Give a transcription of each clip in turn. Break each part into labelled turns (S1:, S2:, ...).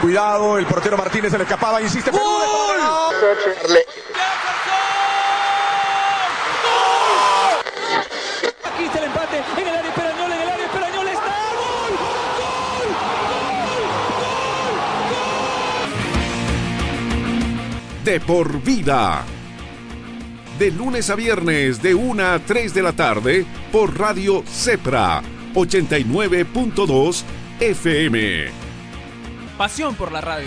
S1: Cuidado, el portero Martínez se le escapaba, insiste. ¡Gol!
S2: Aquí está el empate en el área Esperañol, está. ¡Gol!
S3: De por vida. De lunes a viernes de 1 a 3 de la tarde por Radio Cepra 89.2 FM.
S2: Pasión por la radio.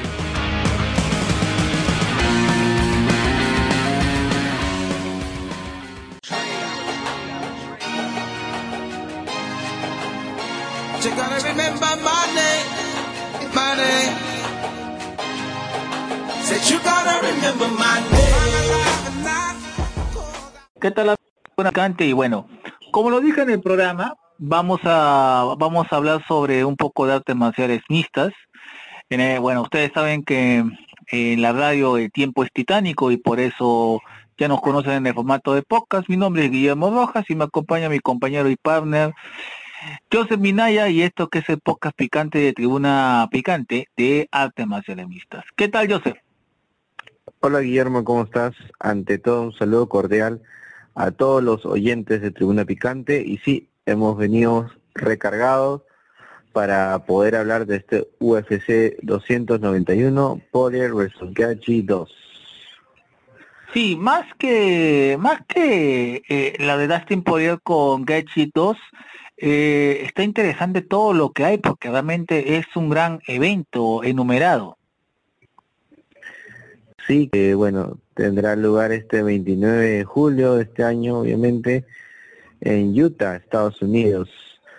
S4: You gotta remember money. Said you gotta remember money.
S5: ¿Qué tal, buena cante? Y bueno, como lo dije en el programa, vamos a hablar sobre un poco de artes marciales mixtas. Bueno, ustedes saben que en la radio el tiempo es titánico y por eso ya nos conocen en el formato de podcast. Mi nombre es Guillermo Rojas y me acompaña mi compañero y partner Joseph Minaya, y esto que es el podcast picante de Tribuna Picante de artes marciales mixtas. ¿Qué tal, Joseph?
S6: Hola Guillermo, ¿cómo estás? Ante todo un saludo cordial a todos los oyentes de Tribuna Picante, y sí, hemos venido recargados para poder hablar de este UFC 291, Poirier vs. Gaethje 2.
S5: Sí, más que la de Dustin Poirier con Gaethje 2, está interesante todo lo que hay, porque realmente es un gran evento enumerado.
S6: Sí, que bueno, tendrá lugar este 29 de julio de este año, obviamente, en Utah, Estados Unidos.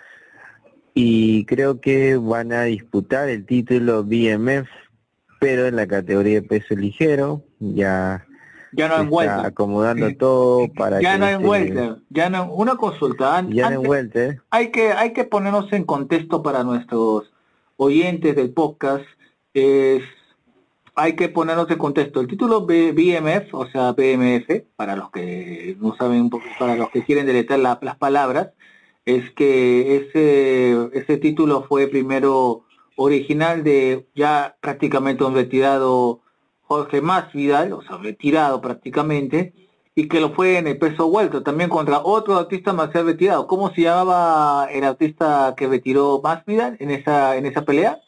S6: Y creo que van a disputar el título BMF, pero en la categoría de peso ligero. Ya
S5: no en welter,
S6: acomodando todo para
S5: ya
S6: que
S5: no en welter, una consulta.
S6: Ya no en welter.
S5: Hay que ponernos en contexto para nuestros oyentes del podcast. Hay que ponernos en contexto. El título BMF, o sea BMF, para los que no saben un poco, para los que quieren deletrear las palabras, es que ese título fue primero original de ya prácticamente un retirado Jorge Masvidal, o sea, retirado prácticamente, y que lo fue en el peso welter, también contra otro artista marcial retirado. ¿Cómo se llamaba el artista que retiró Masvidal en esa pelea?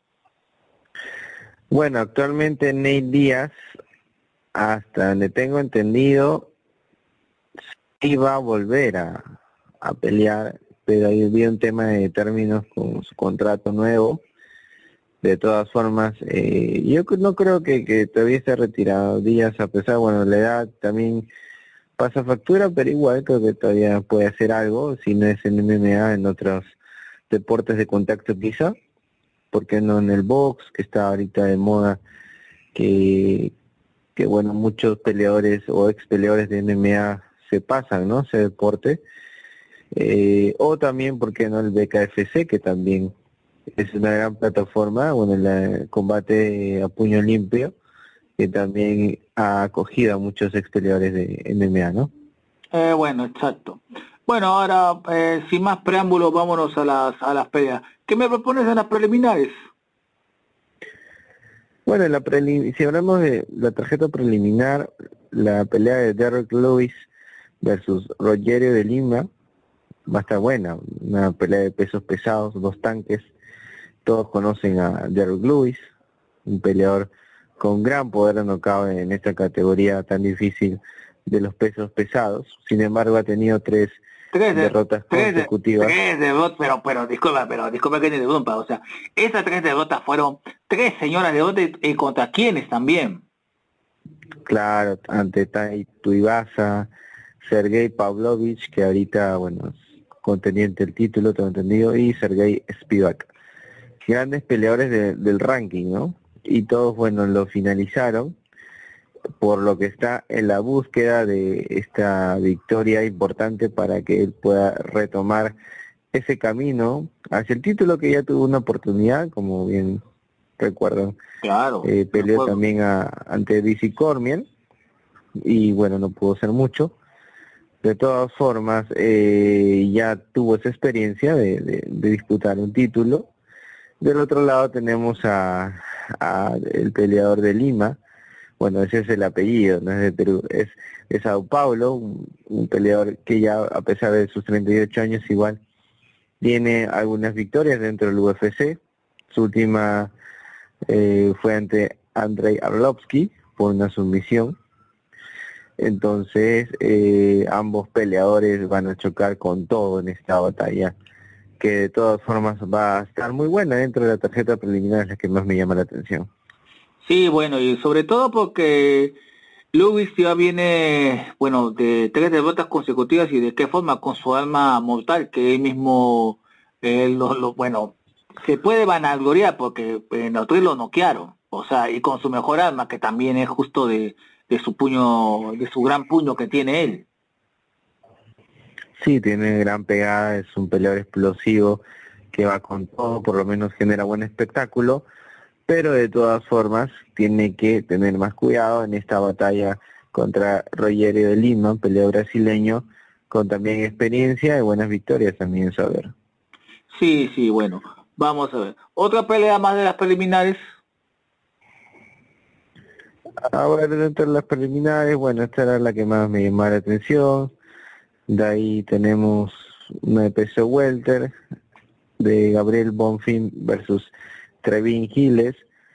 S6: Bueno, actualmente Nate Díaz, hasta donde tengo entendido, iba a volver a pelear, pero ahí había un tema de términos con su contrato nuevo. De todas formas, yo no creo que todavía esté retirado Díaz, a pesar, bueno, la edad también pasa factura, pero igual creo que todavía puede hacer algo, si no es en MMA, en otros deportes de contacto quizá, porque no en el box, que está ahorita de moda, que bueno, muchos peleadores o ex peleadores de MMA se pasan, ¿no? Ese deporte. O también, ¿por qué no?, el BKFC, que también es una gran plataforma, bueno, el combate a puño limpio, que también ha acogido a muchos ex peleadores de MMA, ¿no?
S5: Bueno, exacto. Bueno, ahora, sin más preámbulos, vámonos a las peleas. ¿Qué me propones en las preliminares?
S6: Bueno, si hablamos de la tarjeta preliminar, la pelea de Derrick Lewis versus Rogerio de Lima va a estar buena, una pelea de pesos pesados, dos tanques. Todos conocen a Derrick Lewis, un peleador con gran poder de knockout en esta categoría tan difícil de los pesos pesados. Sin embargo, ha tenido tres derrotas consecutivas.
S5: Tres derrotas, pero disculpa que te interrumpa. O sea, esas tres derrotas fueron tres señoras derrotas, y contra quiénes también.
S6: Claro, ante Tai Tuivasa, Sergey Pavlovich, que ahorita, bueno, es contendiente del título, tengo entendido, y Sergey Spivak. Grandes peleadores del ranking, ¿no? Y todos, bueno, lo finalizaron, por lo que está en la búsqueda de esta victoria importante para que él pueda retomar ese camino hacia el título, que ya tuvo una oportunidad, como bien recuerdan.
S5: Claro.
S6: Peleó también ante DC Cormier, y bueno, no pudo ser mucho. De todas formas, ya tuvo esa experiencia de disputar un título. Del otro lado tenemos a el peleador de Lima. Bueno, ese es el apellido, no es de Perú, es de Sao Paulo, un peleador que ya a pesar de sus 38 años igual tiene algunas victorias dentro del UFC. Su última fue ante Andrei Arlovsky por una sumisión. Entonces ambos peleadores van a chocar con todo en esta batalla, que de todas formas va a estar muy buena. Dentro de la tarjeta preliminar es la que más me llama la atención.
S5: Sí, bueno, y sobre todo porque Lewis ya viene, bueno, de 3 derrotas consecutivas, y de qué forma, con su alma mortal, que él mismo, bueno, se puede vanagloriar porque en los 3 lo noquearon, o sea, y con su mejor arma, que también es justo de su puño, de su gran puño que tiene él.
S6: Sí, tiene gran pegada, es un peleador explosivo que va con todo, por lo menos genera buen espectáculo, pero de todas formas tiene que tener más cuidado en esta batalla contra Rogério de Lima, un peleador brasileño con también experiencia y buenas victorias también en su haber.
S5: Sí, sí, bueno, vamos a ver. Otra pelea más de las preliminares.
S6: Ahora dentro de las preliminares, bueno, esta era la que más me llamó la atención. De ahí tenemos una de peso welter de Gabriel Bonfim versus Trevin Giles.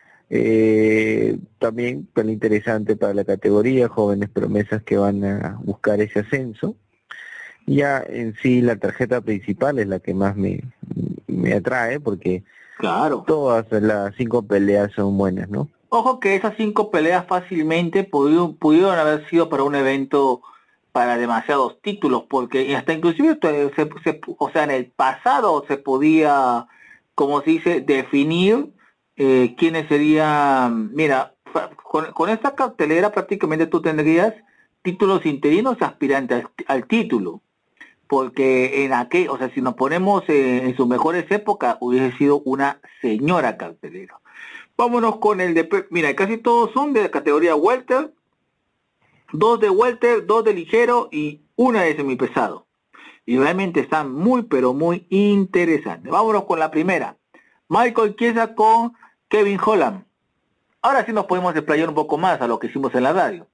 S6: También tan interesante para la categoría, jóvenes promesas que van a buscar ese ascenso. Ya en sí la tarjeta principal es la que más me atrae, porque
S5: Claro.
S6: todas las 5 peleas son buenas, ¿no?
S5: Ojo que esas 5 peleas fácilmente pudieron haber sido para un evento para demasiados títulos, porque hasta inclusive o sea, en el pasado se podía, como se dice, definir quiénes serían. Mira, con esta cartelera prácticamente tú tendrías títulos interinos aspirantes al título, porque o sea, si nos ponemos en sus mejores épocas, hubiese sido una señora cartelera. Vámonos con mira, casi todos son de categoría welter, 2 de welter, 2 de ligero y una de semipesado. Y realmente están muy, pero muy interesantes. Vámonos con la primera. Michael Chiesa con Kevin Holland. Ahora sí nos podemos desplayar un poco más a lo que hicimos en la radio.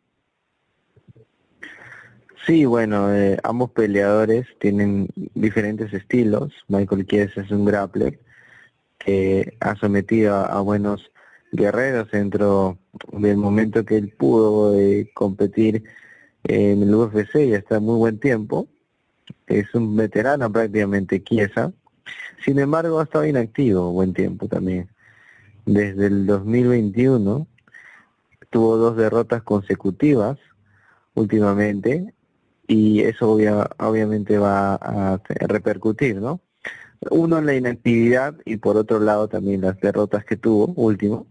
S6: Sí, bueno, ambos peleadores tienen diferentes estilos. Michael Chiesa es un grappler que ha sometido a buenos guerreros dentro del momento que él pudo competir en el UFC, y hasta muy buen tiempo. Es un veterano prácticamente Chiesa. Sin embargo, ha estado inactivo buen tiempo también. Desde el 2021 tuvo 2 derrotas consecutivas últimamente, y eso obviamente va a repercutir, ¿no? Uno en la inactividad, y por otro lado también las derrotas que tuvo último.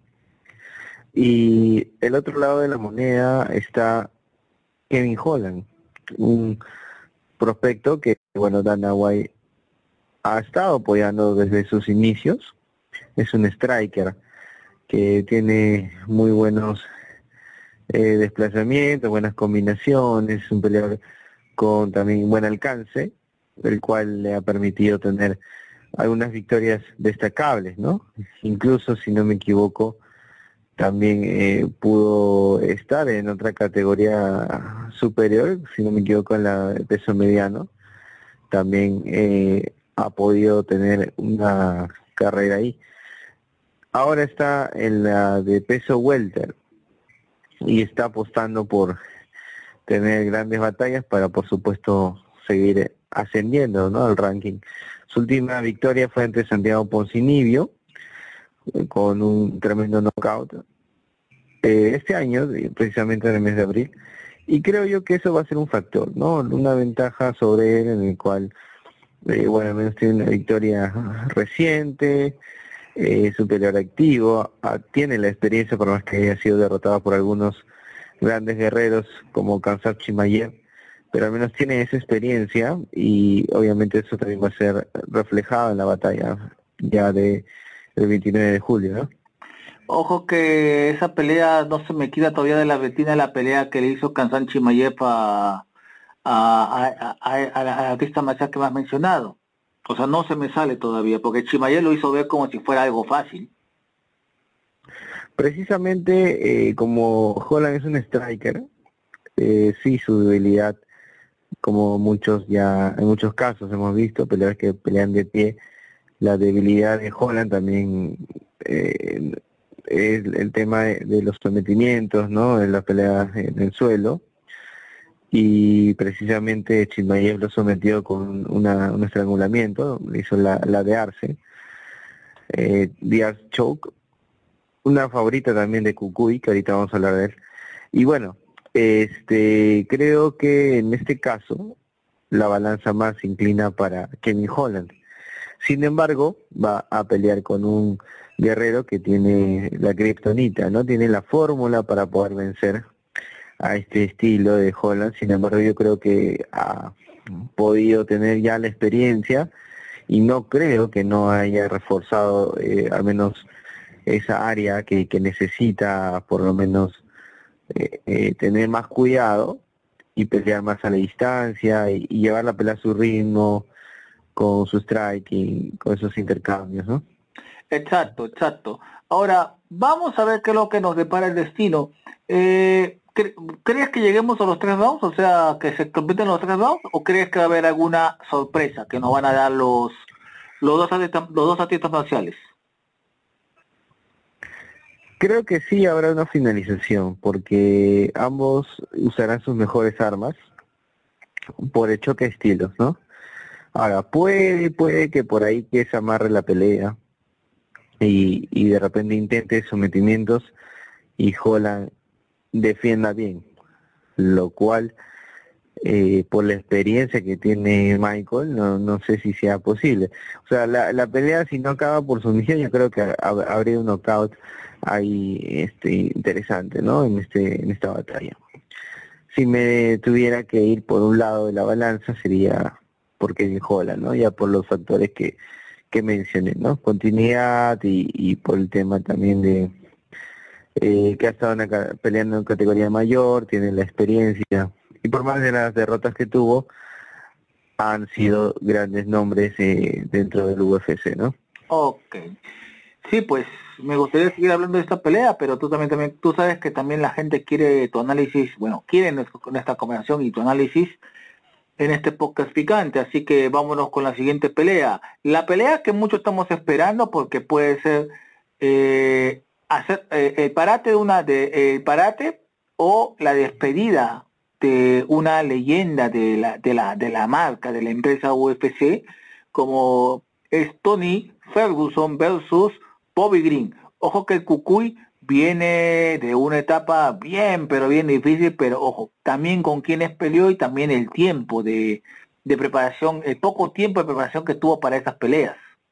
S6: Y el otro lado de la moneda está Kevin Holland, un prospecto que, bueno, Dana White ha estado apoyando desde sus inicios. Es un striker que tiene muy buenos desplazamientos, buenas combinaciones, un peleador con también buen alcance, el cual le ha permitido tener algunas victorias destacables, ¿no? Incluso, si no me equivoco, también pudo estar en otra categoría superior, si no me equivoco, en la de peso mediano. También ha podido tener una carrera ahí. Ahora está en la de peso welter y está apostando por tener grandes batallas para, por supuesto, seguir ascendiendo, ¿no?, al ranking. Su última victoria fue ante Santiago Ponzinibbio, con un tremendo knockout este año, precisamente en el mes de abril, y creo yo que eso va a ser un factor, ¿no?, una ventaja sobre él, en el cual, bueno, al menos tiene una victoria reciente, es un peleador activo, tiene la experiencia, por más que haya sido derrotado por algunos grandes guerreros como Khamzat Chimaev, pero al menos tiene esa experiencia, y obviamente eso también va a ser reflejado en la batalla ya del 29 de julio, ¿no?
S5: Ojo que esa pelea no se me quita todavía de la retina, la pelea que le hizo Khamzat Chimaev a la artista marcial que me has mencionado. O sea, no se me sale todavía, porque Chimaev lo hizo ver como si fuera algo fácil.
S6: Precisamente como Holland es un striker, sí su debilidad, como en muchos casos hemos visto, peleadores que pelean de pie, la debilidad de Holland también es el tema de los sometimientos, ¿no? En las peleas en el suelo. Y precisamente Chimaev lo sometió con un estrangulamiento, hizo la de Arce. Díaz choke, una favorita también de Cucuy, que ahorita vamos a hablar de él. Y bueno, creo que en este caso la balanza más se inclina para Kevin Holland. Sin embargo, va a pelear con un guerrero que tiene la kriptonita, ¿no? Tiene la fórmula para poder vencer a este estilo de Holland. Sin embargo, yo creo que ha podido tener ya la experiencia y no creo que no haya reforzado al menos esa área que necesita por lo menos tener más cuidado y pelear más a la distancia y llevar la pelea a su ritmo, con su striking, con esos intercambios, ¿no?
S5: Exacto. Ahora, vamos a ver qué es lo que nos depara el destino. ¿Crees que lleguemos a los 3 rounds? O sea, que se completen los 3 rounds, ¿o crees que va a haber alguna sorpresa que nos van a dar los dos atletas marciales?
S6: Creo que sí habrá una finalización, porque ambos usarán sus mejores armas por el choque de estilos, ¿no? Ahora, puede que por ahí que se amarre la pelea y de repente intente sometimientos y Holland defienda bien, lo cual por la experiencia que tiene Michael no sé si sea posible. O sea, la pelea, si no acaba por sumisión, yo creo que habría un knockout ahí interesante, ¿no? En esta batalla. Si me tuviera que ir por un lado de la balanza sería por Kevin Holland, ¿no? Ya por los factores que mencioné, ¿no? Continuidad y por el tema también de que ha estado peleando en categoría mayor, tiene la experiencia, y por más de las derrotas que tuvo, han sido grandes nombres dentro del UFC, ¿no?
S5: Ok. Sí, pues me gustaría seguir hablando de esta pelea, pero tú sabes que también la gente quiere tu análisis, quiere nuestra conversación y tu análisis en este podcast picante, así que vámonos con la siguiente pelea. La pelea que muchos estamos esperando porque puede ser hacer el parate el parate o la despedida de una leyenda de la marca, de la empresa UFC, como es Tony Ferguson versus Bobby Green. Ojo que el Cucuy viene de una etapa pero bien difícil, pero ojo, también con quienes peleó y también el tiempo de preparación, el poco tiempo de preparación que tuvo para esas peleas.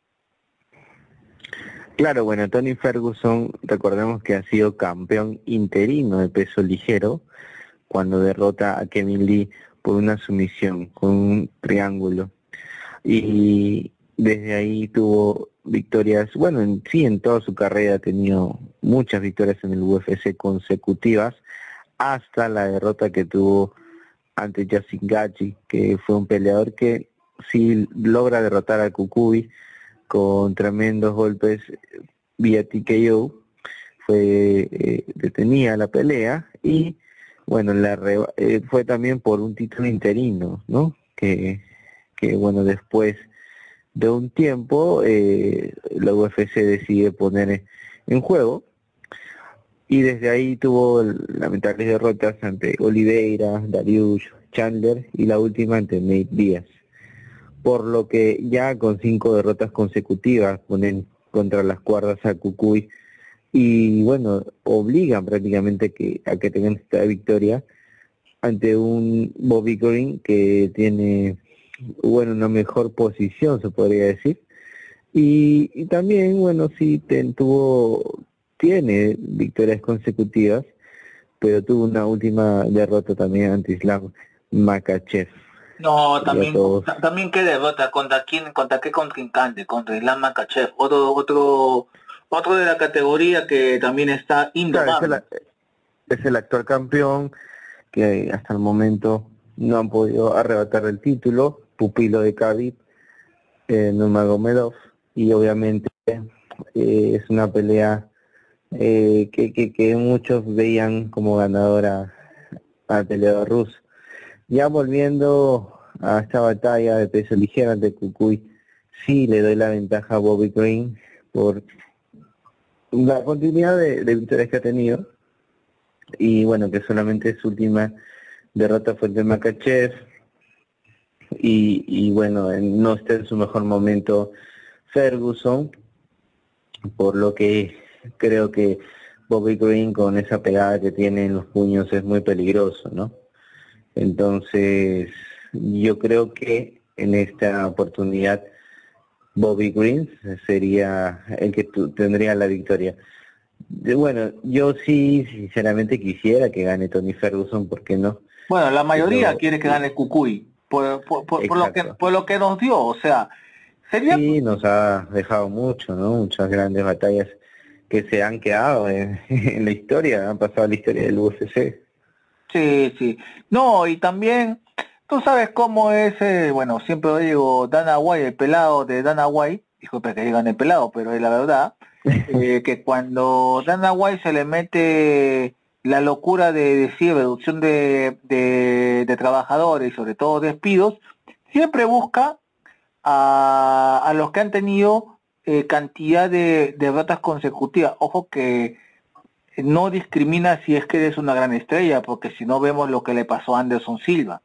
S6: Claro, bueno, Tony Ferguson, recordemos que ha sido campeón interino de peso ligero cuando derrota a Kevin Lee por una sumisión con un triángulo. Y desde ahí tuvo victorias, en toda su carrera ha tenido muchas victorias en el UFC consecutivas, hasta la derrota que tuvo ante Justin Gaethje, que fue un peleador que sí logra derrotar a Cucuy con tremendos golpes vía TKO, fue detenida la pelea y fue también por un título interino, ¿no? Que después de un tiempo la UFC decide poner en juego y desde ahí tuvo lamentables derrotas ante Oliveira, Dariush, Chandler y la última ante Nate Diaz, por lo que ya con 5 derrotas consecutivas ponen contra las cuerdas a Cucuy y obligan prácticamente a que tengan esta victoria ante un Bobby Green que tiene una mejor posición, se podría decir, y también sí tiene victorias consecutivas, pero tuvo una última derrota también ante Islam Makhachev.
S5: No, también qué derrota, contra qué contrincante, contra Islam Makhachev, otro de la categoría que también está indomable.
S6: Claro, es el actual campeón que hasta el momento no han podido arrebatar el título, pupilo de Khabib, Nurmagomedov, y obviamente es una pelea que muchos veían como ganadora al peleador ruso. Ya volviendo a esta batalla de peso ligero ante Cucuy, sí le doy la ventaja a Bobby Green por la continuidad de victorias que ha tenido, y bueno, que solamente su última derrota fue de Makachev, y bueno, no está en su mejor momento Ferguson, por lo que creo que Bobby Green, con esa pegada que tiene en los puños, es muy peligroso, ¿no? Entonces, yo creo que en esta oportunidad Bobby Green sería el que tendría la victoria. Bueno, yo sí, sinceramente quisiera que gane Tony Ferguson, ¿por qué no?
S5: Bueno, la mayoría
S6: Pero,
S5: quiere que gane Cucuy,
S6: exacto.
S5: por lo que nos dio, o sea, sería...
S6: Sí, nos ha dejado mucho, ¿no? Muchas grandes batallas que se han quedado en la historia, han pasado a la historia del UFC.
S5: Sí, sí. No, y también, tú sabes cómo es, bueno, siempre lo digo, Dana White, el pelado de Dana White, disculpe que digan el pelado, pero es la verdad, que cuando Dana White se le mete la locura de decir reducción de trabajadores y sobre todo despidos, siempre busca a los que han tenido cantidad de derrotas consecutivas. Ojo que no discrimina si es que eres una gran estrella, porque si no vemos lo que le pasó a Anderson Silva.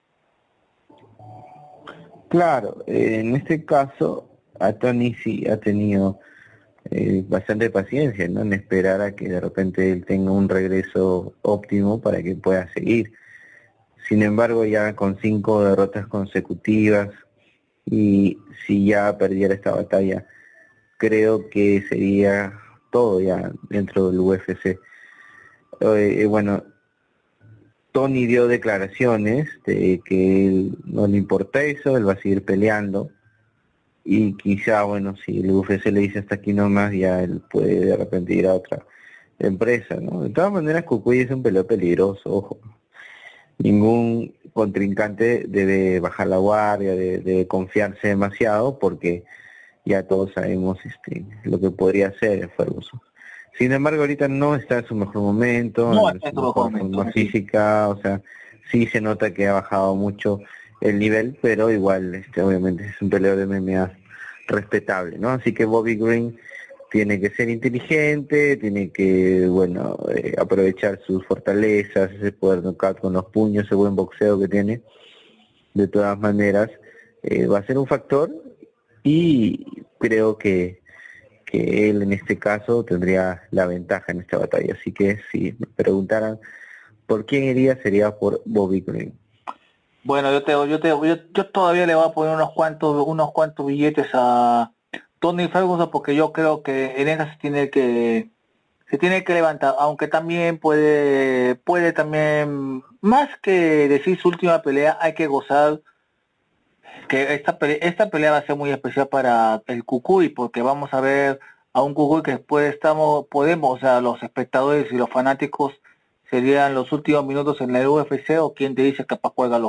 S6: Claro, en este caso a Tony sí ha tenido bastante paciencia, ¿no? En esperar a que de repente él tenga un regreso óptimo para que pueda seguir. Sin embargo, ya con 5 derrotas consecutivas, y si ya perdiera esta batalla, creo que sería todo ya dentro del UFC. Bueno, Tony dio declaraciones de que él no le importa eso, él va a seguir peleando, y quizá, bueno, si el UFC le dice hasta aquí nomás, ya él puede de repente ir a otra empresa, ¿no? De todas maneras, Cucuy es un peleador peligroso, ojo. Ningún contrincante debe bajar la guardia, debe confiarse demasiado, porque ya todos sabemos lo que podría hacer Ferguson. Sin embargo, ahorita no está en su mejor momento,
S5: No
S6: en
S5: está en
S6: su
S5: su mejor
S6: mejor
S5: momento,
S6: forma
S5: sí.
S6: física, o sea, sí se nota que ha bajado mucho el nivel, pero igual, obviamente es un peleador de MMA respetable, ¿no? Así que Bobby Green tiene que ser inteligente, tiene que, bueno, aprovechar sus fortalezas, ese poder knockout con los puños, ese buen boxeo que tiene. De todas maneras, va a ser un factor, y creo que él en este caso tendría la ventaja en esta batalla. Así que si me preguntaran por quién iría, sería por Bobby Green.
S5: Bueno, yo todavía le voy a poner unos cuantos billetes a Tony Ferguson, porque yo creo que en esa se tiene que levantar, aunque también puede también, más que decir su última pelea, hay que gozar que esta pelea va a ser muy especial para el Cucuy, porque vamos a ver a un Cucuy que después podemos, o sea, los espectadores y los fanáticos serían los últimos minutos en la UFC, o quien te dice que capaz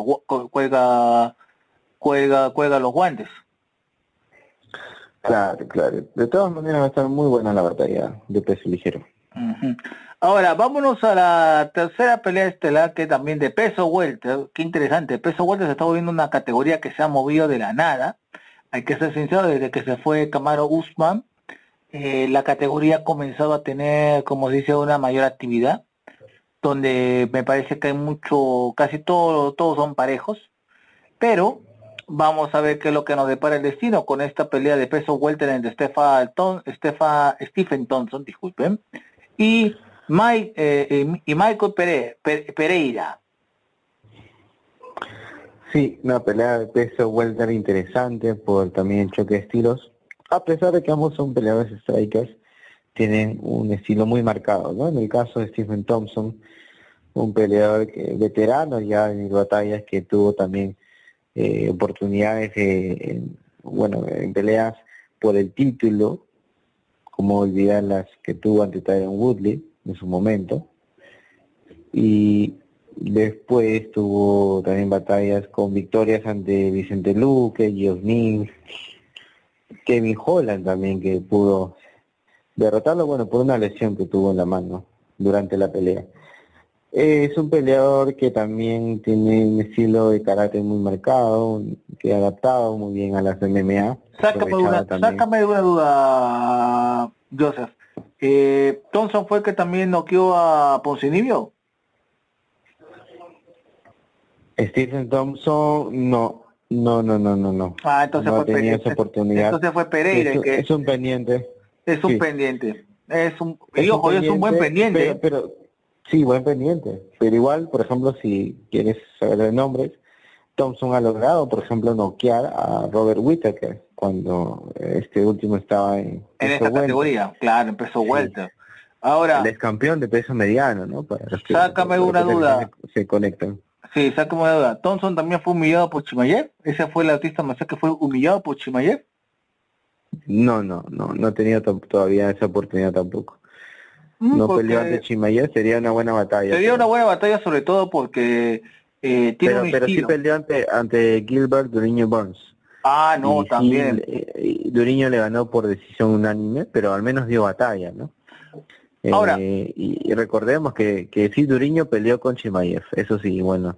S5: cuelga los guantes.
S6: Claro, claro. De todas maneras va a estar muy buena la batalla de peso ligero.
S5: Ujú. Ahora, vámonos a la tercera pelea estelar, que también de peso welter. Qué interesante, peso welter se está volviendo una categoría que se ha movido de la nada. Hay que ser sincero, desde que se fue Kamaru Usman, la categoría ha comenzado a tener, como se dice, una mayor actividad, donde me parece que hay casi todos son parejos, pero vamos a ver qué es lo que nos depara el destino con esta pelea de peso welter entre Stephen Thompson, disculpen, y Michael Pereira.
S6: Sí, una pelea de peso welter interesante por también choque de estilos. A pesar de que ambos son peleadores strikers, tienen un estilo muy marcado, ¿no? En el caso de Stephen Thompson, un peleador veterano ya en batallas, que tuvo también oportunidades en peleas por el título, como olvidar las que tuvo ante Tyron Woodley en su momento, y después tuvo también batallas con victorias ante Vicente Luque, Geoff Neal, Kevin Holland también, que pudo derrotarlo, bueno, por una lesión que tuvo en la mano durante la pelea. Es un peleador que también tiene un estilo de karate muy marcado, que ha adaptado muy bien a las MMA.
S5: Sácame de una duda, Joseph. ¿Thompson fue el que también noqueó a Poncinibio?
S6: Stephen Thompson, no.
S5: Ah, entonces
S6: no
S5: fue
S6: tenía esa oportunidad.
S5: Entonces fue Pereira.
S6: Es un pendiente.
S5: Es un
S6: Sí.
S5: pendiente. Es un buen
S6: pendiente,
S5: pendiente.
S6: Pero sí, buen pendiente. Pero igual, por ejemplo, si quieres saber de nombres, Thompson ha logrado, por ejemplo, noquear a Robert Whittaker cuando este último estaba en
S5: esta categoría, claro, en peso welter. Ahora,
S6: el ex campeón de peso mediano, ¿no? Para los que,
S5: sácame una duda.
S6: Se conectan.
S5: Sí, sácame una duda. ¿Thompson también fue humillado por Chimaev? ¿Ese fue el artista marcial que fue humillado por Chimaev?
S6: No he tenido todavía esa oportunidad tampoco. No peleó ante Chimaev, sería una buena batalla.
S5: Sería una buena batalla, sobre todo porque tiene un
S6: pero sí
S5: estilo.
S6: peleó ante Gilbert Duriño Burns.
S5: Ah, no,
S6: y
S5: también.
S6: Sí, Duriño le ganó por decisión unánime, pero al menos dio batalla, ¿no?
S5: Ahora,
S6: y recordemos que sí, Duriño peleó con Chimaev, eso sí, bueno.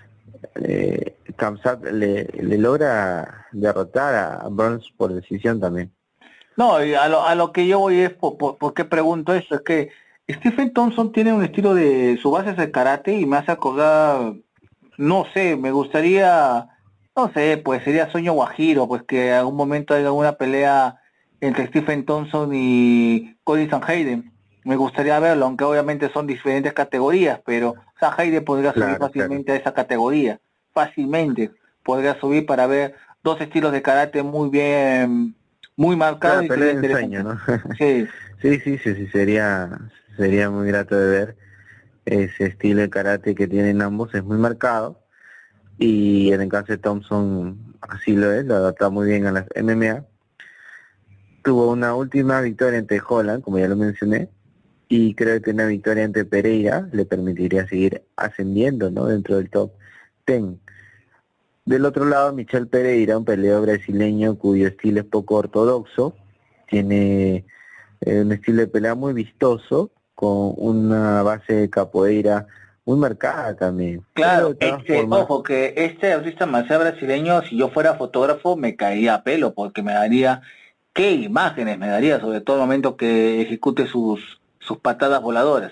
S6: Khamzat le logra derrotar a Burns por decisión también.
S5: No, y a lo que yo voy es, ¿por qué pregunto esto? Es que Stephen Thompson tiene un estilo de, su base es el karate y me hace acordar, no sé, me gustaría, no sé, pues sería sueño guajiro, pues que en algún momento haya alguna pelea entre Stephen Thompson y Cody Sanhagen. Me gustaría verlo, aunque obviamente son diferentes categorías, pero Sanhagen podría subir fácilmente a esa categoría, fácilmente podría subir para ver dos estilos de karate muy bien, muy marcados y
S6: pelea
S5: sería
S6: de
S5: interesante.
S6: ensueño, ¿no?
S5: Sí.
S6: sí, sería muy grato de ver. Ese estilo de karate que tienen ambos es muy marcado, y en el caso de Thompson así lo es, lo adapta muy bien a las MMA. Tuvo una última victoria ante Holland, como ya lo mencioné, y creo que una victoria ante Pereira le permitiría seguir ascendiendo, ¿no?, dentro del top 10. Del otro lado, Michel Pereira, un peleador brasileño cuyo estilo es poco ortodoxo, tiene un estilo de pelea muy vistoso, con una base de capoeira muy marcada también.
S5: Claro,
S6: Formas,
S5: ojo, que este artista marcial brasileño, si yo fuera fotógrafo, me caería a pelo, porque me daría, qué imágenes me daría, sobre todo el momento que ejecute sus patadas voladoras.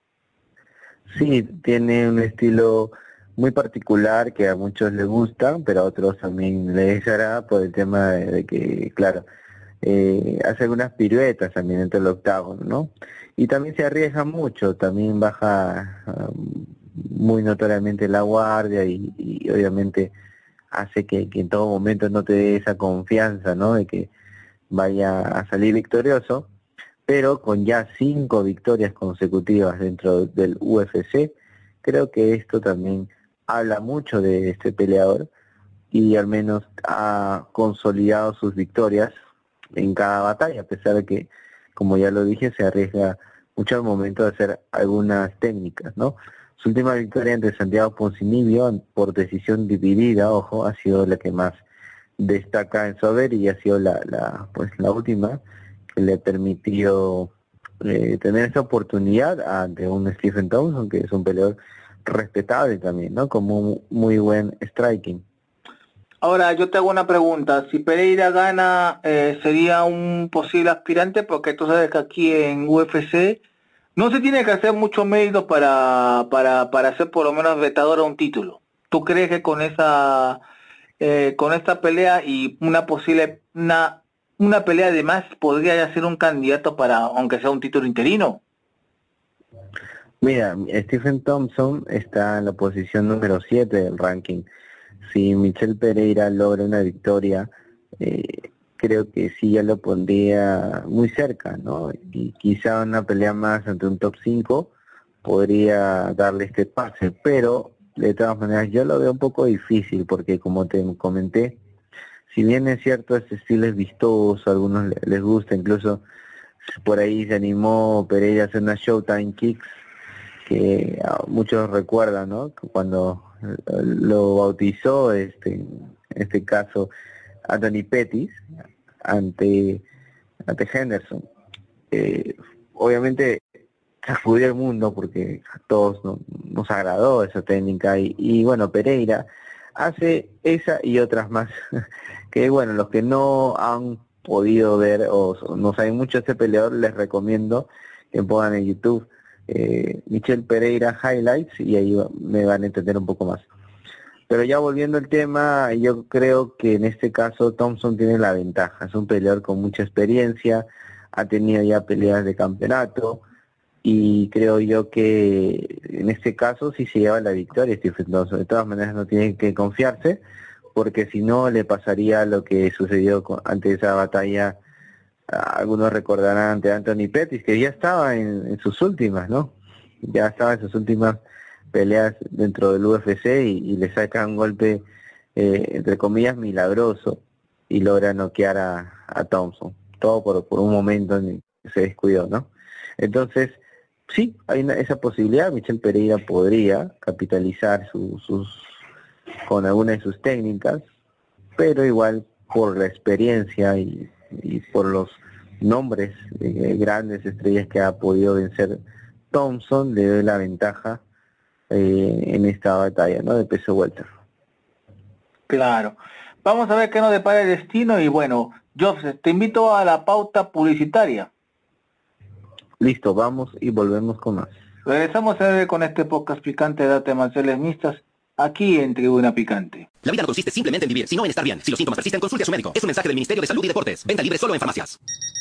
S6: Sí, tiene un estilo muy particular que a muchos les gusta, pero a otros también les desagrada por el tema de que, claro, hace algunas piruetas también dentro del octágono, ¿no? Y también se arriesga mucho, también baja muy notoriamente la guardia y obviamente hace que en todo momento no te dé esa confianza, ¿no?, de que vaya a salir victorioso. Pero con ya 5 victorias consecutivas dentro del UFC, creo que esto también habla mucho de este peleador, y al menos ha consolidado sus victorias en cada batalla, a pesar de que, como ya lo dije, se arriesga mucho al momento de hacer algunas técnicas, ¿no? Su última victoria ante Santiago Poncinibio, por decisión dividida, ojo, ha sido la que más destaca en su haber, y ha sido la última que le permitió tener esa oportunidad ante un Stephen Thompson, que es un peleador respetable también, ¿no?, como muy buen striking.
S5: Ahora, yo te hago una pregunta. Si Pereira gana, ¿sería un posible aspirante? Porque tú sabes que aquí en UFC no se tiene que hacer mucho mérito para ser por lo menos retador a un título. ¿Tú crees que con esta pelea y una posible, una pelea de más podría ya ser un candidato para, aunque sea un título interino?
S6: Mira, Stephen Thompson está en la posición número 7 del ranking. Si Michel Pereira logra una victoria, creo que sí ya lo pondría muy cerca, ¿no? Y quizá una pelea más ante un top 5 podría darle este pase, pero de todas maneras yo lo veo un poco difícil, porque como te comenté, si bien es cierto, este estilo es vistoso, a algunos les gusta, incluso por ahí se animó Pereira a hacer una Showtime Kicks, que muchos recuerdan, ¿no?, cuando lo bautizó en este caso Anthony Pettis ante Henderson. Obviamente sacudió el mundo porque a todos nos agradó esa técnica y bueno, Pereira hace esa y otras más que bueno, los que no han podido ver o no saben mucho de este peleador, les recomiendo que pongan en YouTube Michel Pereira Highlights y ahí me van a entender un poco más. Pero ya volviendo al tema, yo creo que en este caso Thompson tiene la ventaja, es un peleador con mucha experiencia, ha tenido ya peleas de campeonato y creo yo que en este caso sí se lleva la victoria Stephen Thompson. De todas maneras no tiene que confiarse, porque si no le pasaría lo que sucedió ante esa batalla, algunos recordarán ante Anthony Pettis, que ya estaba en sus últimas, ¿no? Ya estaba en sus últimas peleas dentro del UFC y le saca un golpe, entre comillas, milagroso y logra noquear a Thompson. Todo por un momento en que se descuidó, ¿no? Entonces, sí, hay esa posibilidad. Michel Pereira podría capitalizar con alguna de sus técnicas, pero igual por la experiencia y por los nombres de grandes estrellas que ha podido vencer Thompson, le doy la ventaja en esta batalla, ¿no? De peso welter.
S5: Claro. Vamos a ver qué nos depara el destino y bueno, Joseph, te invito a la pauta publicitaria.
S6: Listo, vamos y volvemos con más.
S5: Regresamos a ver con este podcast picante de artes marciales mixtas, aquí en Tribuna Picante.
S7: La vida no consiste simplemente en vivir, sino en estar bien. Si los síntomas persisten, consulte a su médico. Es un mensaje del Ministerio de Salud y Deportes. Venta libre solo en farmacias.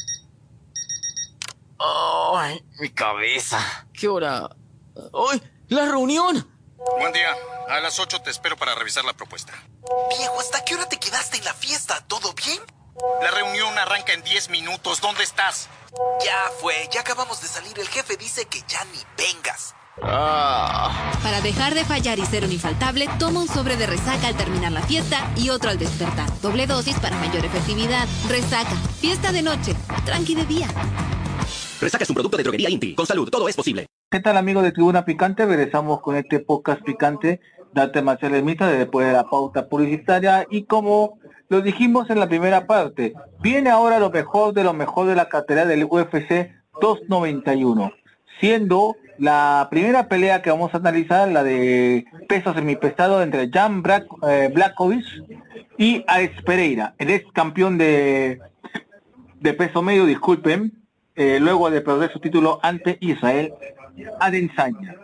S8: ¡Ay, mi cabeza! ¿Qué hora? ¡Ay, la reunión!
S9: Buen día. A las 8 te espero para revisar la propuesta.
S10: Viejo, ¿hasta qué hora te quedaste en la fiesta? ¿Todo bien?
S9: La reunión arranca en 10 minutos. ¿Dónde estás?
S10: Ya fue, ya acabamos de salir. El jefe dice que ya ni vengas.
S11: Para dejar de fallar y ser un infaltable, toma un sobre de resaca al terminar la fiesta y otro al despertar. Doble dosis para mayor efectividad. Resaca, fiesta de noche, tranqui de día.
S7: Resaca es un producto de droguería Inti. Con salud, todo es posible.
S5: ¿Qué tal, amigos de Tribuna Picante? Regresamos con este podcast picante de artes marciales mixtas después de la pauta publicitaria y como lo dijimos en la primera parte, viene ahora lo mejor de la cartelera del UFC 291, siendo la primera pelea que vamos a analizar la de peso semipesado entre Jan Blachowicz y Alex Pereira, el ex campeón de peso medio, disculpen, luego de perder su título ante Israel Adesanya.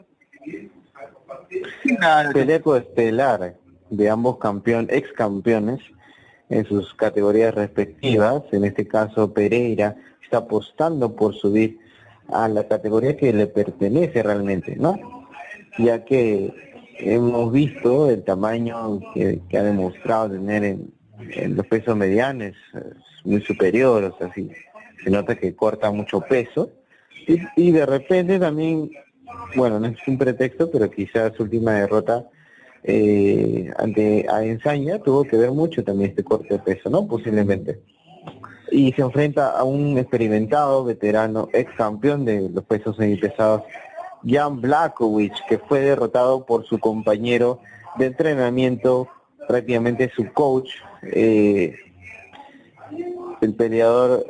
S6: Pelea estelar de ambos ex campeones en sus categorías respectivas. En este caso Pereira está apostando por subir a la categoría que le pertenece realmente, ¿no? Ya que hemos visto el tamaño que ha demostrado tener en los pesos medianos, es muy superior, o sea, sí, se nota que corta mucho peso y de repente también, bueno, no es un pretexto, pero quizás su última derrota ante Adesanya tuvo que ver mucho también este corte de peso, ¿no? Posiblemente. Y se enfrenta a un experimentado veterano, ex campeón de los pesos semipesados, Jan Blachowicz, que fue derrotado por su compañero de entrenamiento, prácticamente su coach, el peleador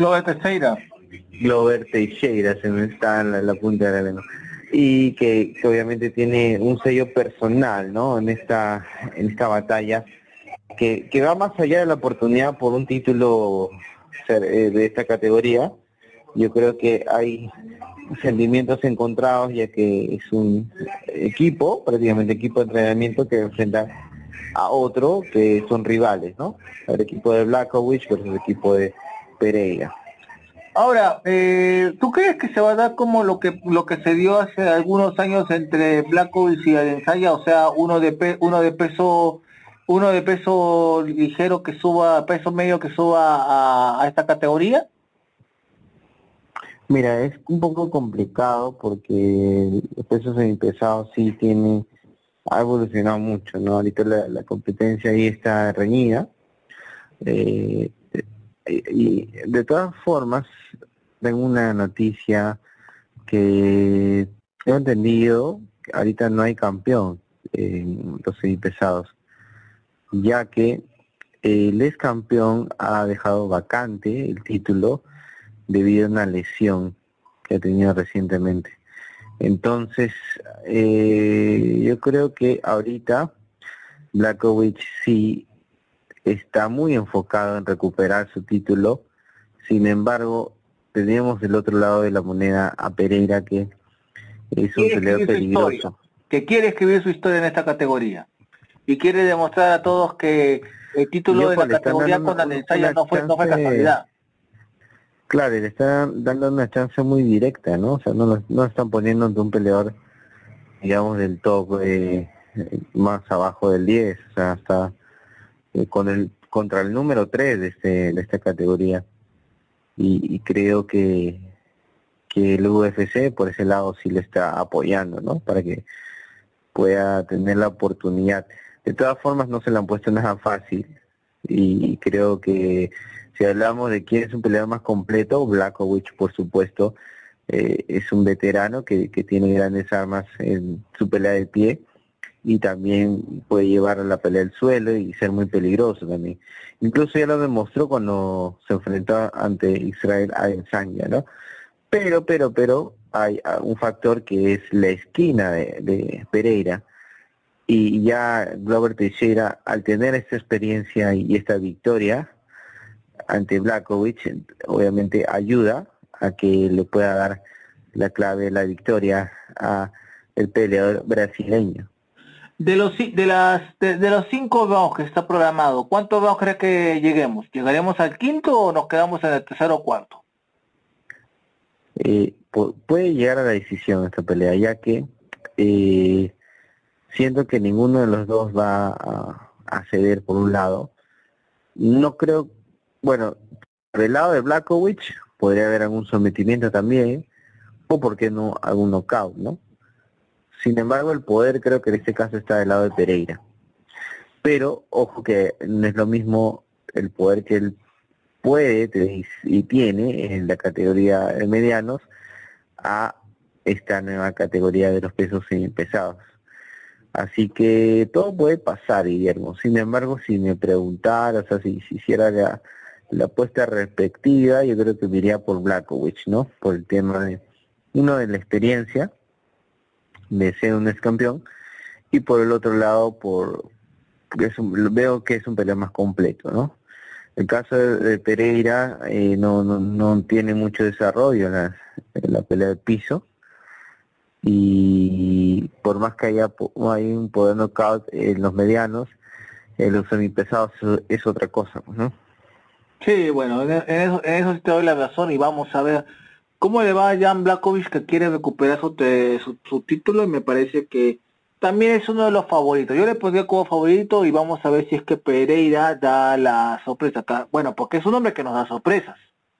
S6: Glover Teixeira, se me está en la punta de la lengua, y que obviamente tiene un sello personal, ¿no? En esta batalla que va más allá de la oportunidad por un título de esta categoría. Yo creo que hay sentimientos encontrados, ya que es un equipo, prácticamente equipo de entrenamiento que enfrenta a otro que son rivales, ¿no? El equipo de Blachowicz versus el equipo de Pereira.
S5: Ahora, ¿tú crees que se va a dar como lo que se dio hace algunos años entre Blachowicz y Adesanya, o sea, uno de peso ligero que suba, peso medio que suba a esta categoría?
S6: Mira, es un poco complicado porque el peso semipesado sí ha evolucionado mucho, ¿no? Ahorita la competencia ahí está reñida. Y de todas formas, tengo una noticia que tengo entendido que ahorita no hay campeón en los semipesados, ya que el ex campeón ha dejado vacante el título debido a una lesión que ha tenido recientemente. Entonces, yo creo que ahorita Blachowicz sí está muy enfocado en recuperar su título. Sin embargo, tenemos del otro lado de la moneda a Pereira, que es un peleador peligroso.
S5: Que quiere escribir su historia en esta categoría. Y quiere demostrar a todos que el título de la categoría con Adesanya no fue casualidad.
S6: Claro, le están dando una chance muy directa, ¿no? O sea, no están poniendo ante un peleador, digamos, del top más abajo del 10, o sea, hasta contra el número 3 de esta categoría. Y creo que el UFC por ese lado sí le está apoyando, ¿no? Para que pueda tener la oportunidad. De todas formas no se le han puesto nada fácil, y creo que si hablamos de quién es un peleador más completo, Blachowicz, por supuesto, es un veterano que tiene grandes armas en su pelea de pie, y también puede llevar a la pelea al suelo y ser muy peligroso también. Incluso ya lo demostró cuando se enfrentó ante Israel Adesanya, ¿no? Pero hay un factor que es la esquina de Pereira, y ya Glover Teixeira, al tener esta experiencia y esta victoria ante Blachowicz, obviamente ayuda a que le pueda dar la clave de la victoria a el peleador brasileño.
S5: De los 5 rounds que está programado, ¿cuántos rounds crees que lleguemos? ¿Llegaremos al quinto o nos quedamos en el tercero o cuarto?
S6: Puede llegar a la decisión esta pelea, ya que siento que ninguno de los dos va a ceder por un lado. No creo, bueno, por el lado de Blachowicz podría haber algún sometimiento también, o por qué no algún knockout, ¿no? Sin embargo, el poder creo que en este caso está del lado de Pereira. Pero, ojo que no es lo mismo el poder que él puede y tiene en la categoría de medianos a esta nueva categoría de los pesos semipesados. Así que todo puede pasar, Guillermo. Sin embargo, si me preguntara, o sea, si hiciera la apuesta respectiva, yo creo que me iría por Blachowicz, ¿no? Por el tema de la experiencia de ser un ex campeón, y por el otro lado veo que es un pelea más completo, ¿no? El caso de Pereira no tiene mucho desarrollo en la pelea de piso, y por más que hay un poder knockout en los medianos, en los semipesados es otra cosa, ¿no? Sí, bueno, en eso sí te doy la razón, y vamos a ver cómo le va a Jan Blachowicz, que quiere recuperar su título, y me parece que también es uno de los favoritos. Yo le pondría como favorito, y vamos a ver si es que Pereira da la sorpresa. Bueno, porque es un hombre que nos da sorpresas.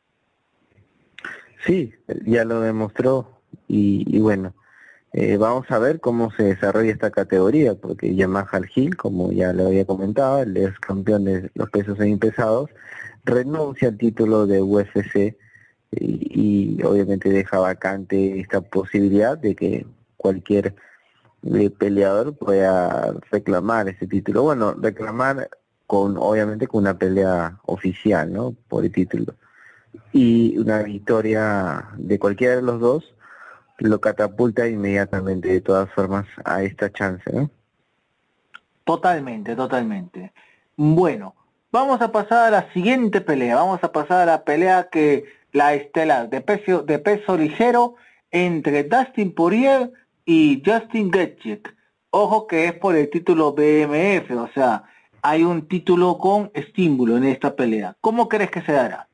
S6: Sí, ya lo demostró, y bueno, vamos a ver cómo se desarrolla esta categoría, porque Jamahal Hill, como ya lo había comentado, el ex campeón de los pesos semipesados, renuncia al título de UFC, y obviamente deja vacante esta posibilidad de que cualquier peleador pueda reclamar ese título. Bueno, reclamar obviamente con una pelea oficial, ¿no? Por el título. Y una victoria de cualquiera de los dos lo catapulta inmediatamente, de todas formas, a esta chance, ¿no? Totalmente. Bueno, vamos a pasar a la siguiente pelea. Vamos a pasar a la pelea la estelar de peso ligero entre Dustin Poirier y Justin Gaethje. Ojo que es por el título BMF, o sea, hay un título con estímulo en esta pelea. ¿Cómo crees que se dará?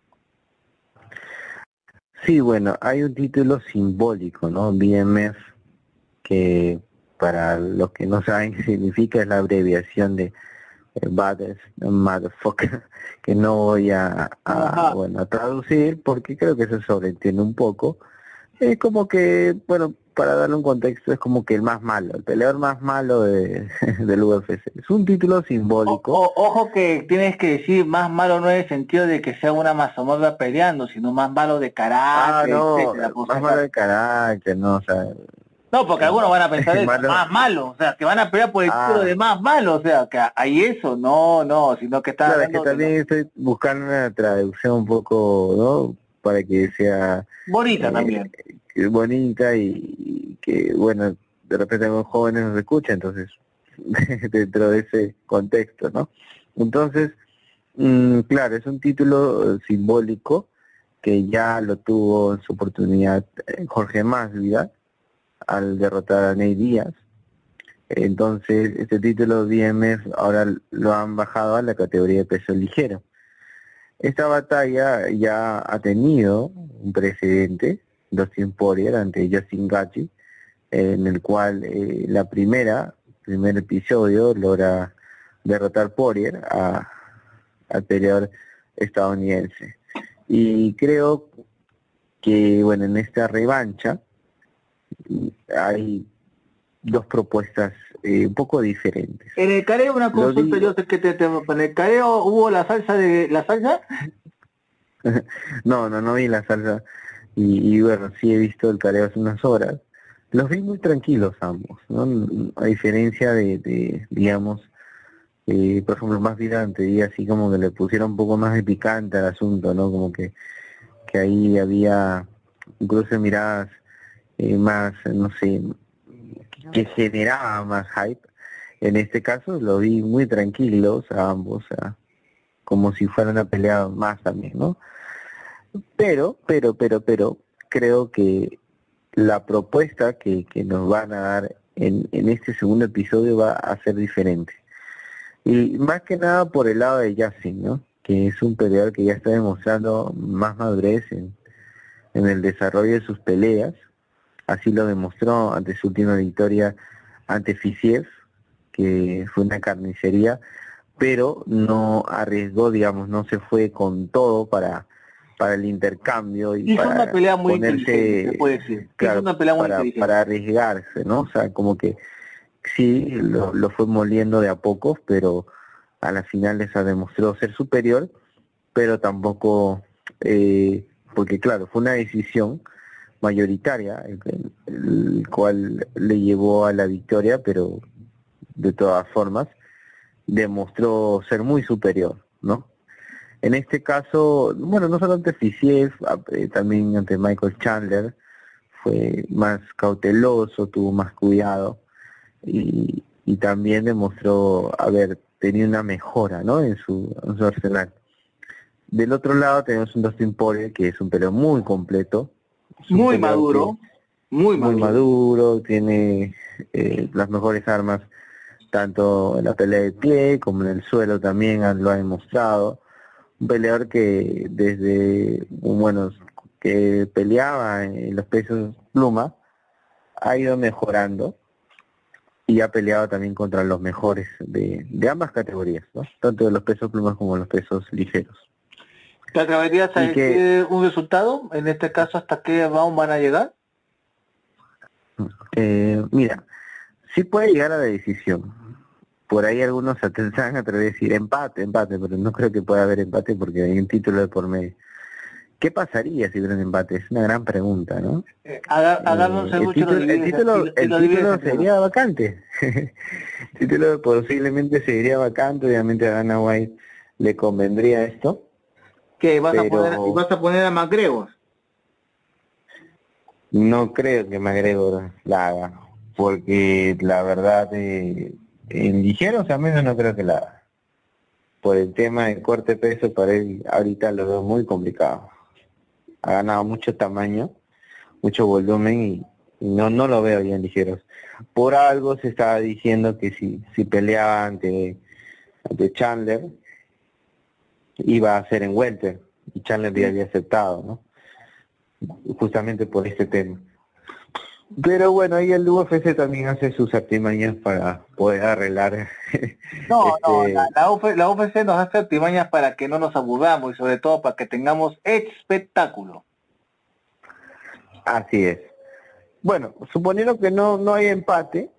S6: Sí, bueno, hay un título simbólico, ¿no? BMF, que para los que no saben qué significa, es la abreviación de Baddest Motherfucker, que no voy a traducir, porque creo que se sobreentiende un poco. Es como que, bueno, para darle un contexto, es como que el más malo, el peleador más malo del UFC. Es un título simbólico. Ojo que tienes que decir más malo, no en el sentido de que sea una mazamorra peleando, sino más malo de carácter, etcétera, más malo de carácter, no, o sea... No, porque algunos van a pensar más malo, o sea, que van a pelear por el título de más malo, o sea, que hay eso, no, sino que está... Claro, es que también estoy buscando una traducción un poco, ¿no? para que sea
S5: bonita también.
S6: Bonita y que, bueno, de repente algunos jóvenes nos escuchan, entonces, dentro de ese contexto, ¿no? Entonces, claro, es un título simbólico que ya lo tuvo en su oportunidad Jorge Masvidal al derrotar a Nate Díaz. Entonces, este título BMF ahora lo han bajado a la categoría de peso ligero. Esta batalla ya ha tenido un precedente, Dustin Poirier ante Justin Gaethje, en el cual primer episodio logra derrotar Poirier al peleador estadounidense. Y creo que, bueno, en esta revancha hay dos propuestas un poco diferentes.
S5: En el careo, una consulta, yo sé que en el careo hubo la salsa.
S6: No vi la salsa y bueno, sí he visto el careo hace unas horas. Los vi muy tranquilos ambos, ¿no? A diferencia de digamos, por ejemplo, Masvidal y así como que le pusieron un poco más de picante al asunto, ¿no? Como que ahí había incluso miradas más, no sé, que generaba más hype. En este caso lo vi muy tranquilos a ambos, como si fuera una pelea más también, ¿no? Pero, creo que la propuesta que nos van a dar en este segundo episodio va a ser diferente. Y más que nada por el lado de Justin, ¿no? Que es un peleador que ya está demostrando más madurez en el desarrollo de sus peleas. Así lo demostró ante su última victoria ante Fiziev, que fue una carnicería, pero no arriesgó, digamos, no se fue con todo para el intercambio y
S5: hizo
S6: para
S5: una pelea muy
S6: ponerse,
S5: se puede decir.
S6: claro,
S5: Hizo una pelea muy
S6: para arriesgarse, ¿no? O sea, como que sí, lo fue moliendo de a pocos, pero a la final esa demostró ser superior, pero tampoco, porque claro, fue una decisión mayoritaria, el cual le llevó a la victoria, pero de todas formas demostró ser muy superior, ¿no? En este caso, bueno, no solo ante Fiziev, también ante Michael Chandler, fue más cauteloso, tuvo más cuidado y también demostró haber tenido una mejora, ¿no? en su arsenal. Del otro lado tenemos un Dustin Poirier que es un peleador muy completo,
S5: muy maduro, muy
S6: maduro, tiene las mejores armas tanto en la pelea de pie como en el suelo también lo ha demostrado. Un peleador que desde, bueno, que peleaba en los pesos pluma, ha ido mejorando y ha peleado también contra los mejores de ambas categorías, ¿no? Tanto de los pesos plumas como de los pesos ligeros.
S5: ¿Te atreverías a decir un resultado? En este caso, ¿hasta qué round van a llegar?
S6: Mira, sí puede llegar a la decisión. Por ahí algunos se van a atrever a decir empate, pero no creo que pueda haber empate porque hay un título de por medio. ¿Qué pasaría si hubiera un empate? Es una gran pregunta, ¿no?
S5: El
S6: título sería vacante. El título posiblemente sería vacante, obviamente a Dana White le convendría esto.
S5: ¿Qué? ¿Vas a poner a McGregor?
S6: No creo que McGregor la haga, porque la verdad en ligeros al menos no creo que la haga. Por el tema del corte de peso, para él ahorita lo veo muy complicado. Ha ganado mucho tamaño, mucho volumen y no lo veo ya en ligeros. Por algo se estaba diciendo que si peleaba ante Chandler, iba a ser en welter, y Chandler ya había aceptado, ¿no? Justamente por este tema. Pero bueno, ahí el UFC también hace sus artimañas para poder arreglar.
S5: La UFC nos hace artimañas para que no nos aburramos y sobre todo para que tengamos espectáculo.
S6: Así es. Bueno, suponiendo que no hay empate,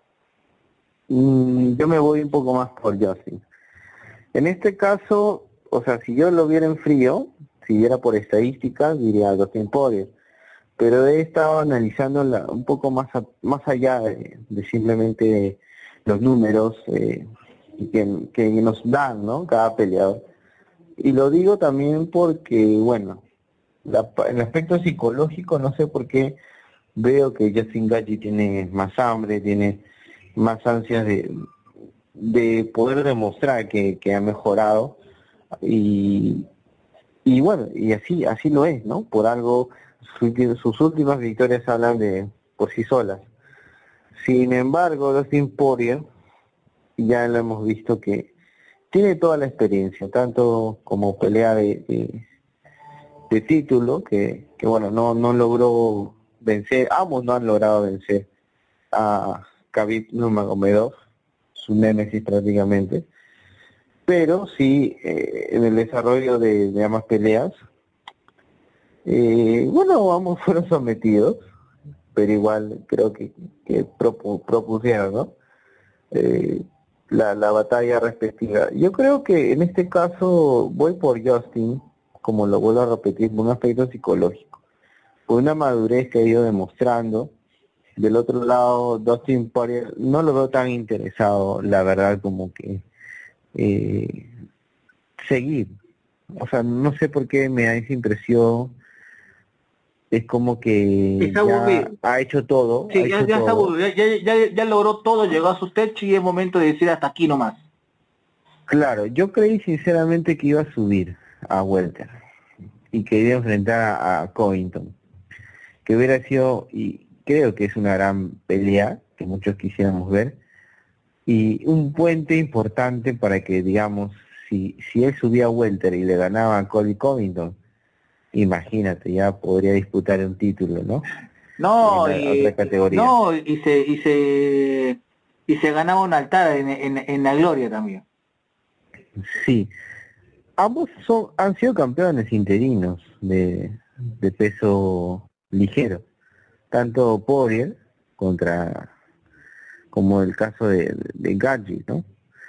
S6: yo me voy un poco más por Justin. En este caso, o sea, si yo lo viera en frío, si viera por estadísticas, diría Dustin Poirier. Pero he estado analizándola un poco más allá de simplemente los números que nos dan, ¿no? Cada peleador. Y lo digo también porque, bueno, el aspecto psicológico, no sé por qué veo que Justin Gaethje tiene más hambre, tiene más ansias de poder demostrar que ha mejorado y bueno, y así lo es, ¿no? Por algo sus últimas victorias hablan por sí solas. Sin embargo, Dustin Poirier ya lo hemos visto que tiene toda la experiencia, tanto como pelea de título, que bueno, no logró vencer, ambos no han logrado vencer a Khabib Nurmagomedov, su némesis prácticamente, pero sí en el desarrollo de ambas peleas, bueno, ambos fueron sometidos, pero igual creo que propusieron, ¿no? La batalla respectiva. Yo creo que en este caso voy por Justin, como lo vuelvo a repetir, por un aspecto psicológico, por una madurez que ha ido demostrando. Del otro lado, Dustin Poirier no lo veo tan interesado, la verdad, como que seguir. O sea, no sé por qué me da esa impresión. Es como que ya ha hecho todo.
S5: Sí, ya está aburrido, ya logró todo, llegó a sus techos y es momento de decir hasta aquí nomás.
S6: Claro, yo creí sinceramente que iba a subir a welter y que iba a enfrentar a Covington, que hubiera sido, y creo que es una gran pelea que muchos quisiéramos ver, y un puente importante para que, digamos, si él subía a welter y le ganaba a Colby Covington, imagínate, ya podría disputar un título, ¿no?
S5: No,
S6: otra categoría.
S5: No, y se ganaba un altar en la gloria también.
S6: Sí, ambos han sido campeones interinos de peso ligero, tanto Poirier como el caso de Gaethje, ¿no?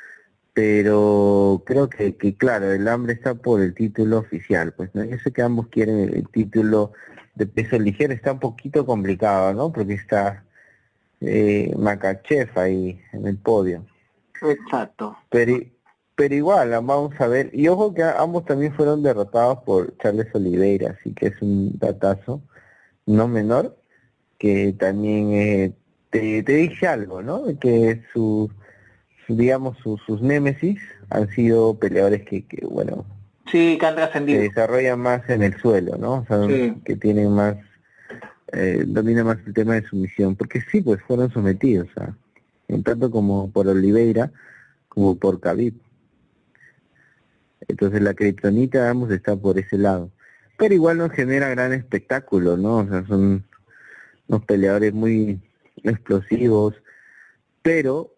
S6: Pero creo que claro, el hambre está por el título oficial, pues, ¿no? Yo sé que ambos quieren el título de peso ligero, está un poquito complicado, ¿no? Porque está Makhachev ahí en el podio.
S5: Exacto.
S6: Pero igual, vamos a ver, y ojo que ambos también fueron derrotados por Charles Oliveira, así que es un datazo no menor, que también te dice algo, ¿no? Que digamos, sus némesis han sido peleadores que bueno,
S5: sí, que han trascendido,
S6: se desarrollan más en el suelo, ¿no? O sea, sí, que tienen más, domina más el tema de sumisión, porque sí, pues fueron sometidos, tanto como por Oliveira como por Khabib. Entonces la kriptonita, digamos, está por ese lado, pero igual nos genera gran espectáculo, ¿no? O sea, son unos peleadores muy explosivos, pero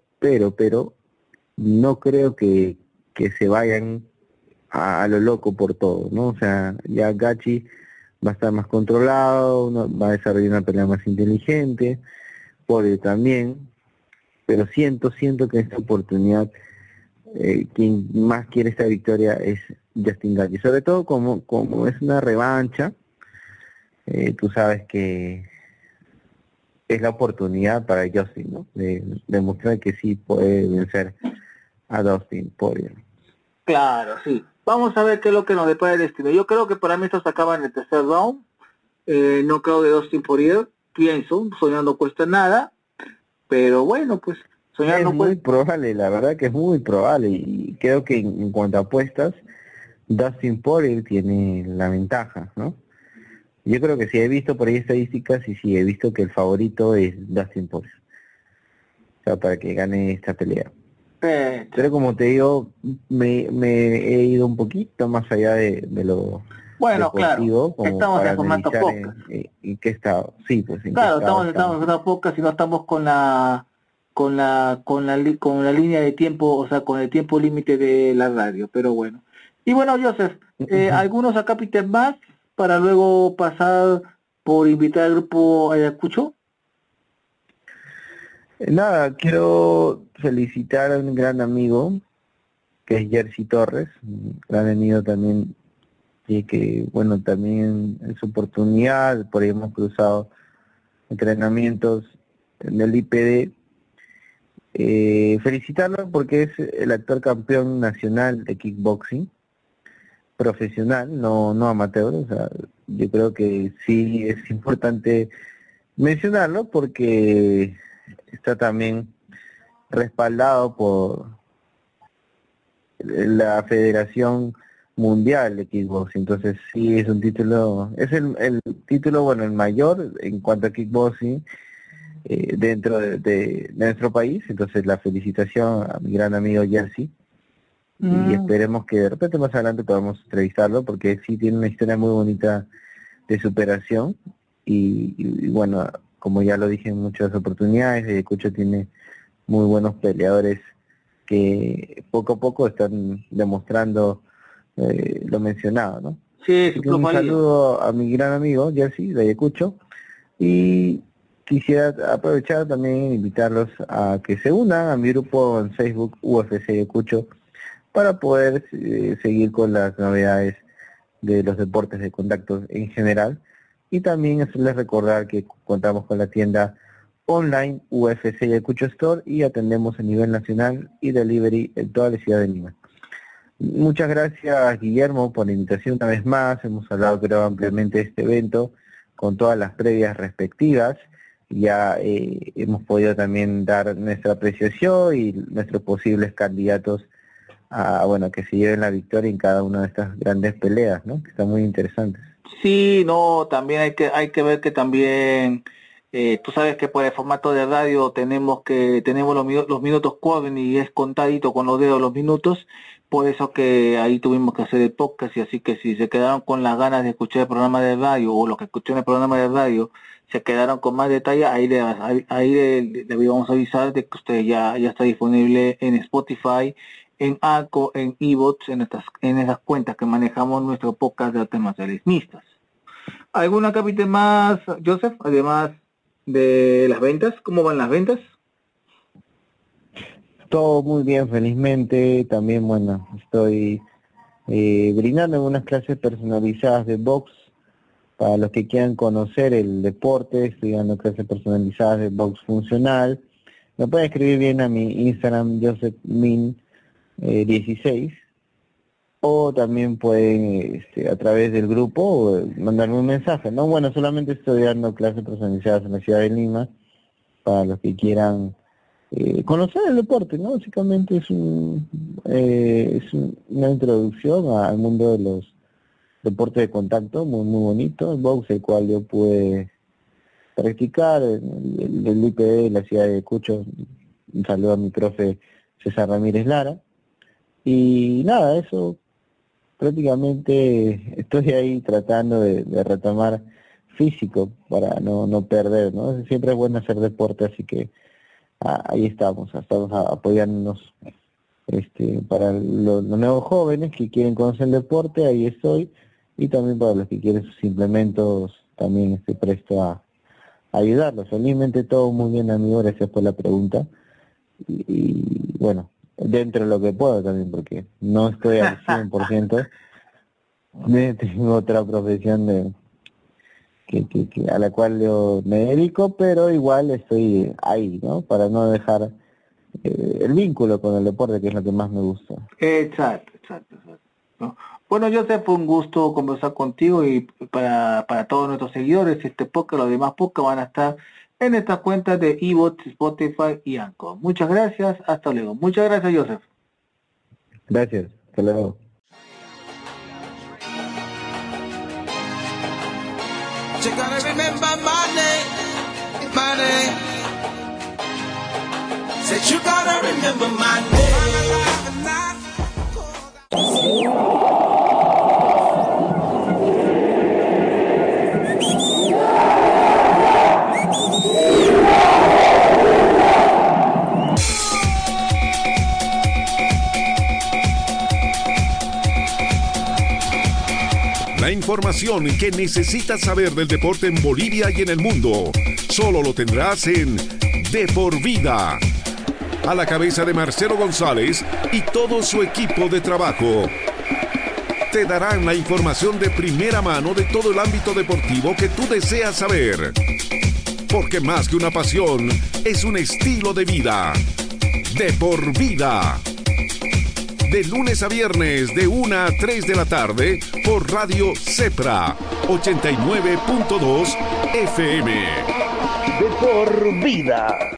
S6: no creo que se vayan a lo loco por todo, ¿no? O sea, ya Gaethje va a estar más controlado, va a desarrollar una pelea más inteligente, Poirier también, pero siento que esta oportunidad, quien más quiere esta victoria es Justin Gaethje, sobre todo como es una revancha, tú sabes que es la oportunidad para Justin, ¿no? De demostrar que sí puede vencer a Dustin Poirier.
S5: Claro, sí. Vamos a ver qué es lo que nos depara el destino. Yo creo que para mí esto se acaba en el tercer round. No creo de Dustin Poirier, pienso, soñar no cuesta nada, pero bueno, pues soñar
S6: es
S5: no cuesta.
S6: Es muy probable, la verdad que es muy probable, y creo que en cuanto a apuestas, Dustin Poirier tiene la ventaja, ¿no? Yo creo que sí, he visto por ahí estadísticas y sí, he visto que el favorito es Dustin Poirier, o sea, para que gane esta pelea. Pero como te digo, me he ido un poquito más allá de lo deportivo,
S5: claro,
S6: como
S5: estamos
S6: para
S5: en formato
S6: analizar en qué estado, sí, pues en
S5: claro,
S6: qué estado
S5: estamos en formato podcast y no estamos con la línea de tiempo, o sea, con el tiempo límite de la radio, pero bueno. Y bueno, Joseph, algunos acápites más para luego pasar por invitar al grupo Ayacucho.
S6: Nada, quiero felicitar a un gran amigo que es Jersey Torres, un gran amigo también, y que bueno, también en su oportunidad, por ahí hemos cruzado entrenamientos en el IPD. Felicitarlo porque es el actual campeón nacional de kickboxing, profesional, no amateur. O sea, yo creo que sí es importante mencionarlo porque está también respaldado por la Federación Mundial de Kickboxing. Entonces sí es un título, es el título, bueno, el mayor en cuanto a kickboxing dentro de nuestro país. Entonces la felicitación a mi gran amigo Jersey. Y esperemos que de repente más adelante podamos entrevistarlo, porque sí tiene una historia muy bonita de superación y bueno, como ya lo dije en muchas oportunidades, Ayacucho tiene muy buenos peleadores que poco a poco están demostrando lo mencionado, ¿no?
S5: Sí,
S6: un saludo a mi gran amigo Jersey de Ayacucho, y quisiera aprovechar también invitarlos a que se unan a mi grupo en Facebook UFC Ayacucho para poder seguir con las novedades de los deportes de contacto en general, y también hacerles recordar que contamos con la tienda online UFC Ayacucho Store y atendemos a nivel nacional y delivery en toda la ciudad de Lima. Muchas gracias, Guillermo, por la invitación una vez más. Hemos hablado, creo, ampliamente de este evento con todas las previas respectivas. Ya hemos podido también dar nuestra apreciación y nuestros posibles candidatos a, bueno, que se lleven la victoria en cada una de estas grandes peleas, ¿no? Que están muy interesantes.
S5: Sí, no, también hay que ver que también, tú sabes que por el formato de radio tenemos los minutos corren y es contadito con los dedos los minutos, por eso que ahí tuvimos que hacer el podcast, y así que si se quedaron con las ganas de escuchar el programa de radio, o los que escuchan el programa de radio se quedaron con más detalle, ahí le vamos a avisar de que usted ya está disponible en Spotify, en Anchor, en eBots, en esas cuentas que manejamos nuestro podcast de artes marciales mixtas. ¿Alguna capítulo más, Joseph, además de las ventas? ¿Cómo van las ventas?
S6: Todo muy bien, felizmente. También, bueno, estoy brindando algunas clases personalizadas de box para los que quieran conocer el deporte. Estoy dando clases personalizadas de box funcional. Me pueden escribir bien a mi Instagram, JosephMin16, o también pueden a través del grupo mandarme un mensaje, ¿no? Bueno, solamente estoy dando clases personalizadas en la ciudad de Lima para los que quieran conocer el deporte, ¿no? Básicamente es una introducción al mundo de los deportes de contacto muy bonito, el box, el cual yo pude practicar en el IPD de la ciudad de Ayacucho. Un saludo a mi profe César Ramírez Lara. Y nada, eso prácticamente estoy ahí tratando de retomar físico para no perder, ¿no? Siempre es bueno hacer deporte, así que ahí estamos apoyándonos para los nuevos jóvenes que quieren conocer el deporte, ahí estoy, y también para los que quieren sus implementos, también estoy presto a ayudarlos. Felizmente todo muy bien, amigo, gracias por la pregunta, y bueno, dentro de lo que puedo también, porque no estoy al 100%, tengo otra profesión a la cual yo me dedico, pero igual estoy ahí, ¿no? Para no dejar el vínculo con el deporte, que es lo que más me gusta.
S5: Exacto. ¿No? Bueno, Joseph, fue un gusto conversar contigo, y para todos nuestros seguidores, este podcast, los demás podcasts van a estar en estas cuentas de eBots, Spotify y Anchor. Muchas gracias, hasta luego. Muchas gracias, Joseph.
S6: Gracias, hasta luego.
S4: You gotta remember my name. Said you gotta remember my
S3: La información que necesitas saber del deporte en Bolivia y en el mundo, solo lo tendrás en De Por Vida. A la cabeza de Marcelo González y todo su equipo de trabajo. Te darán la información de primera mano de todo el ámbito deportivo que tú deseas saber. Porque más que una pasión, es un estilo de vida. De Por Vida. de lunes a viernes de 1 a 3 de la tarde por Radio Cepra 89.2 FM.
S12: De por vida.